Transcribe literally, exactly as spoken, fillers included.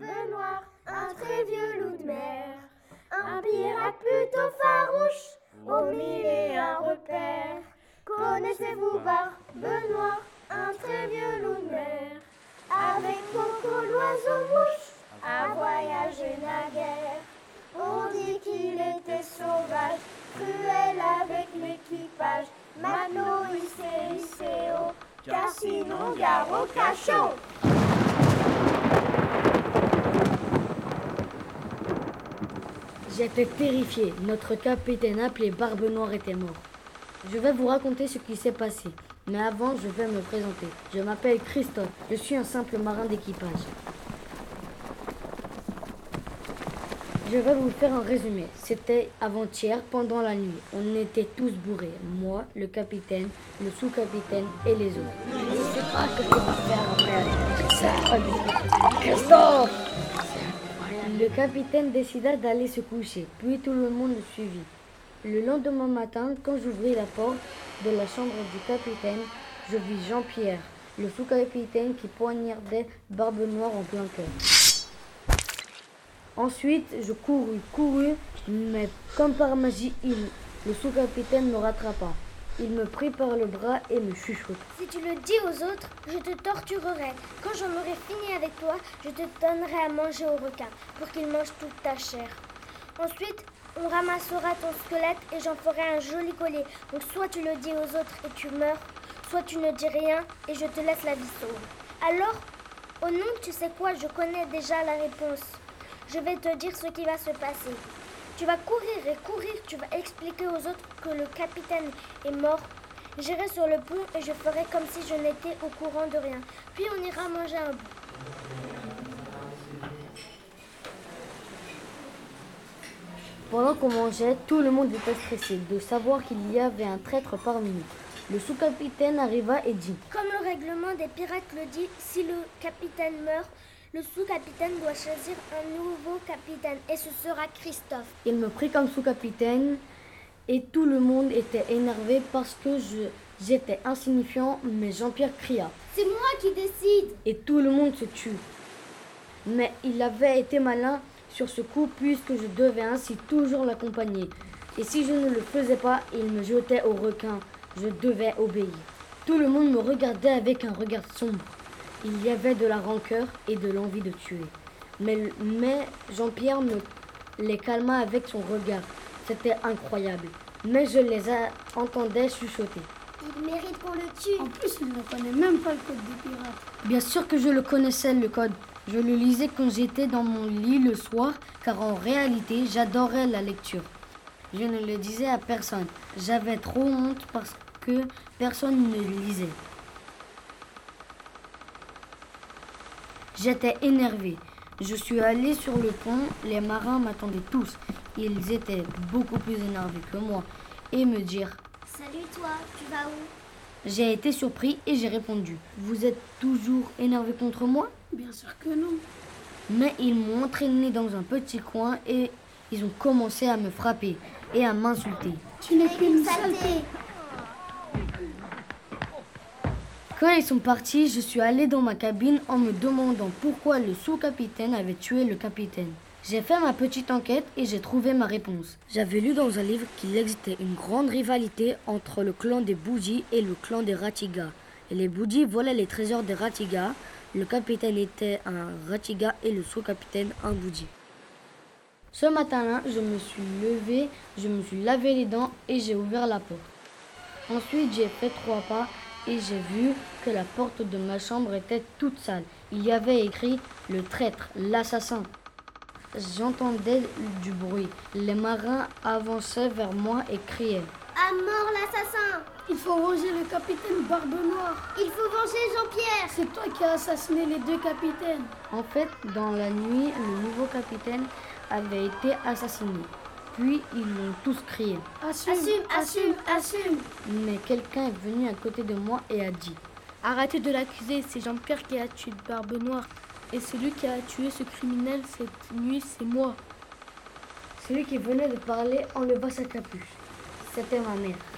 Benoît, un très vieux loup de mer, un pirate plutôt farouche, au mille et un repères. Connaissez-vous Barbe Benoît, un très vieux loup de mer, avec Coco l'oiseau-mouche, a voyagé naguère. On dit qu'il était sauvage, cruel avec l'équipage, matelot hissé, hissé haut, car sinon gare au cachot. J'étais terrifié. Notre capitaine appelé Barbe Noire était mort. Je vais vous raconter ce qui s'est passé. Mais avant, je vais me présenter. Je m'appelle Christophe. Je suis un simple marin d'équipage. Je vais vous faire un résumé. C'était avant-hier, pendant la nuit. On était tous bourrés. Moi, le capitaine, le sous-capitaine et les autres. Je ne sais pas ce que tu vas faire après. Christophe! Le capitaine décida d'aller se coucher, puis tout le monde le suivit. Le lendemain matin, quand j'ouvris la porte de la chambre du capitaine, je vis Jean-Pierre, le sous-capitaine qui poignardait Barbe Noire en plein cœur. Ensuite, je courus, courus, mais comme par magie, il, le sous-capitaine me rattrapa. Il me prit par le bras et me chuchota. Si tu le dis aux autres, je te torturerai. Quand j'en aurai fini avec toi, je te donnerai à manger au requin pour qu'il mange toute ta chair. Ensuite, on ramassera ton squelette et j'en ferai un joli collier. Donc soit tu le dis aux autres et tu meurs, soit tu ne dis rien et je te laisse la vie sauve. Alors, au nom, tu sais quoi, je connais déjà la réponse. Je vais te dire ce qui va se passer. Tu vas courir et courir, tu vas expliquer aux autres que le capitaine est mort. J'irai sur le pont et je ferai comme si je n'étais au courant de rien. Puis on ira manger un bout. Pendant qu'on mangeait, tout le monde était stressé de savoir qu'il y avait un traître parmi nous. Le sous-capitaine arriva et dit « Comme le règlement des pirates le dit, si le capitaine meurt, le sous-capitaine doit choisir un nouveau capitaine et ce sera Christophe. » Il me prit comme sous-capitaine et tout le monde était énervé parce que je, j'étais insignifiant, mais Jean-Pierre cria « C'est moi qui décide !» Et tout le monde se tut. Mais il avait été malin sur ce coup puisque je devais ainsi toujours l'accompagner. Et si je ne le faisais pas, il me jetait au requin. Je devais obéir. Tout le monde me regardait avec un regard sombre. Il y avait de la rancœur et de l'envie de tuer. Mais, mais Jean-Pierre me les calma avec son regard. C'était incroyable. Mais je les entendais chuchoter. Il mérite qu'on le tue. En plus, il ne connaît même pas le code des pirates. Bien sûr que je le connaissais, le code. Je le lisais quand j'étais dans mon lit le soir, car en réalité, j'adorais la lecture. Je ne le disais à personne. J'avais trop honte parce que personne ne le lisait. J'étais énervé. Je suis allé sur le pont. Les marins m'attendaient tous. Ils étaient beaucoup plus énervés que moi et me dirent « Salut toi, tu vas où ?» J'ai été surpris et j'ai répondu « Vous êtes toujours énervé contre moi ?» Bien sûr que non. Mais ils m'ont entraîné dans un petit coin et ils ont commencé à me frapper et à m'insulter. Tu n'es qu'une saleté. Quand ils sont partis, je suis allé dans ma cabine en me demandant pourquoi le sous-capitaine avait tué le capitaine. J'ai fait ma petite enquête et j'ai trouvé ma réponse. J'avais lu dans un livre qu'il existait une grande rivalité entre le clan des Boudis et le clan des Ratigas. Et les Boudis volaient les trésors des Ratigas. Le capitaine était un Ratiga et le sous-capitaine un Boudi. Ce matin-là, je me suis levé, je me suis lavé les dents et j'ai ouvert la porte. Ensuite, j'ai fait trois pas et j'ai vu que la porte de ma chambre était toute sale. Il y avait écrit « Le traître, l'assassin ». J'entendais du bruit. Les marins avançaient vers moi et criaient « À mort l'assassin !»« Il faut venger le capitaine Barbe Noire !»« Il faut venger Jean-Pierre !»« C'est toi qui as assassiné les deux capitaines !» En fait, dans la nuit, le nouveau capitaine avait été assassiné. Puis ils l'ont tous crié. Assume, assume, assume, assume. Mais quelqu'un est venu à côté de moi et a dit « Arrêtez de l'accuser, c'est Jean-Pierre qui a tué Barbe Noire. Et celui qui a tué ce criminel cette nuit, c'est moi. » Celui qui venait de parler enleva sa capuche. C'était ma mère.